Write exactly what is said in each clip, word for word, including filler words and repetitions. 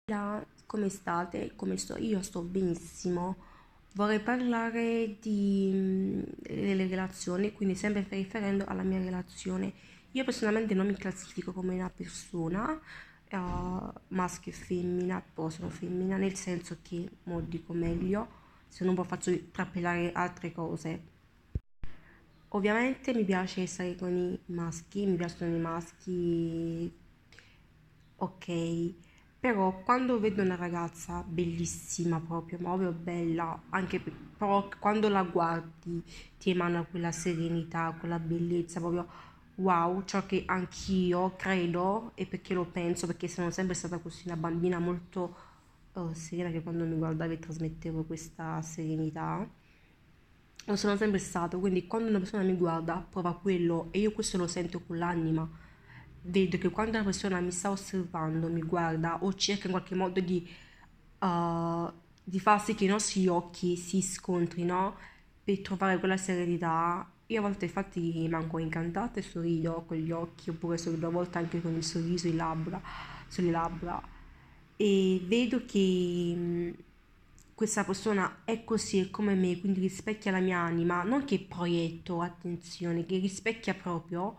Là, come state? Come sto? Io sto benissimo. Vorrei parlare di, mm, delle relazioni, quindi sempre riferendo alla mia relazione. Io personalmente non mi classifico come una persona, eh, maschio e femmina, poi sono femmina, nel senso che, mo dico meglio, se non poi faccio trappelare altre cose. Ovviamente mi piace stare con i maschi, mi piacciono i maschi, ok, però quando vedo una ragazza bellissima proprio, ma proprio bella, anche per- però quando la guardi ti emana quella serenità, quella bellezza, proprio wow, ciò che anch'io credo e perché lo penso, perché sono sempre stata così una bambina molto eh, serena che quando mi guardava e trasmettevo questa serenità. Lo sono sempre stato, quindi quando una persona mi guarda prova quello e io questo lo sento con l'anima. Vedo che quando una persona mi sta osservando, mi guarda o cerca in qualche modo di, uh, di far sì che i nostri occhi si scontrino per trovare quella serenità, io a volte infatti rimango incantata e sorrido con gli occhi oppure sorrido a volte anche con il sorriso in labbra, sulle labbra e vedo che mh, questa persona è così, è come me, quindi rispecchia la mia anima, non che proietto, attenzione, che rispecchia proprio,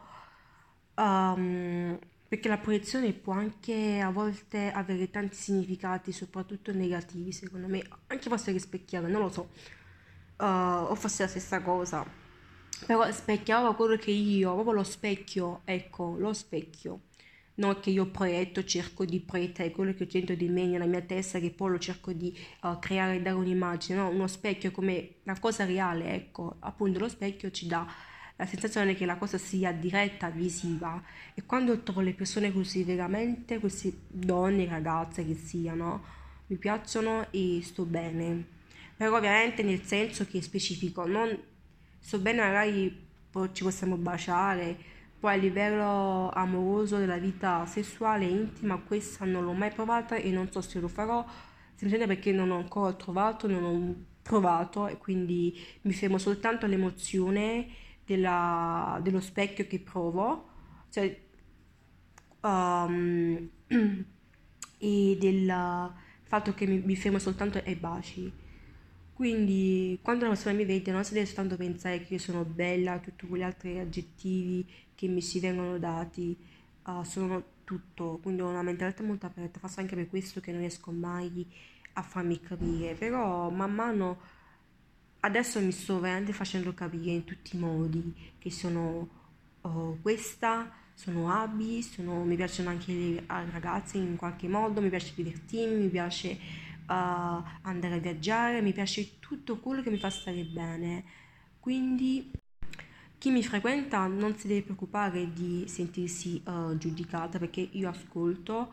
um, perché la proiezione può anche a volte avere tanti significati, soprattutto negativi, secondo me, anche forse rispecchiare, non lo so, uh, o forse è la stessa cosa, però specchiava quello che io, proprio lo specchio, ecco, lo specchio. Non che io proietto, cerco di proiettare quello che ho dentro di me nella mia testa, che poi lo cerco di uh, creare e dare un'immagine, no? Uno specchio come una cosa reale, ecco, appunto lo specchio ci dà la sensazione che la cosa sia diretta, visiva e quando trovo le persone così veramente, queste donne, ragazze che siano, mi piacciono e sto bene. Però ovviamente nel senso che è specifico, non sto bene magari poi ci possiamo baciare, poi a livello amoroso della vita sessuale e intima questa non l'ho mai provata e non so se lo farò, semplicemente perché non ho ancora trovato, non ho provato e quindi mi fermo soltanto all'emozione della- dello specchio che provo, cioè um, e del fatto che mi, mi fermo soltanto ai baci. Quindi quando una persona mi vede non si deve soltanto pensare che io sono bella, tutti quegli altri aggettivi che mi si vengono dati, uh, sono tutto, quindi ho una mentalità molto aperta, forse anche per questo che non riesco mai a farmi capire, però man mano adesso mi sto veramente facendo capire in tutti i modi che sono oh, questa, sono abili, sono, mi piacciono anche le ah, ragazze in qualche modo, mi piace divertirmi, mi piace uh, andare a viaggiare, mi piace tutto quello che mi fa stare bene. Quindi chi mi frequenta non si deve preoccupare di sentirsi uh, giudicata perché io ascolto,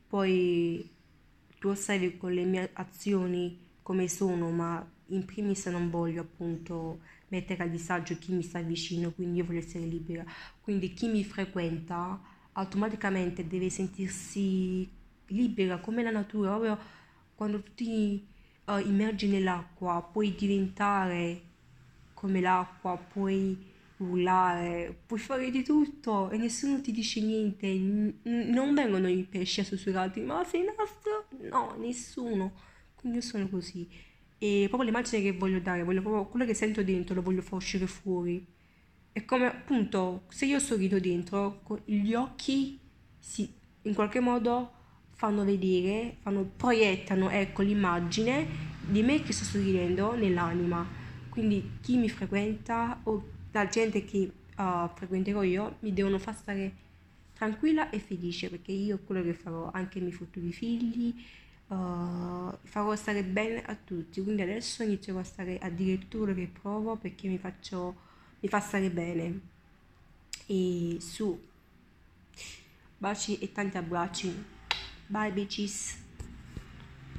poi tu osservi con le mie azioni come sono, ma in primis non voglio appunto mettere a disagio chi mi sta vicino, quindi io voglio essere libera. Quindi chi mi frequenta automaticamente deve sentirsi libera come la natura, proprio quando tu ti uh, immergi nell'acqua puoi diventare come l'acqua, puoi urlare, puoi fare di tutto e nessuno ti dice niente, N- n- non vengono i pesci a sussurrarti, ma sei nostro? No, nessuno. Quindi io sono così. E proprio l'immagine che voglio dare, voglio proprio quello che sento dentro, lo voglio far uscire fuori. È come appunto, se io sorrido dentro, co- gli occhi si, in qualche modo fanno vedere, fanno, proiettano, ecco, l'immagine di me che sto sorridendo nell'anima. Quindi chi mi frequenta o la gente che uh, frequenterò io mi devono far stare tranquilla e felice perché io quello che farò, anche i miei futuri figli, uh, farò stare bene a tutti. Quindi adesso inizierò a stare a dire tutto quello che provo perché mi faccio, mi fa stare bene. E su, baci e tanti abbracci. Bye bitches.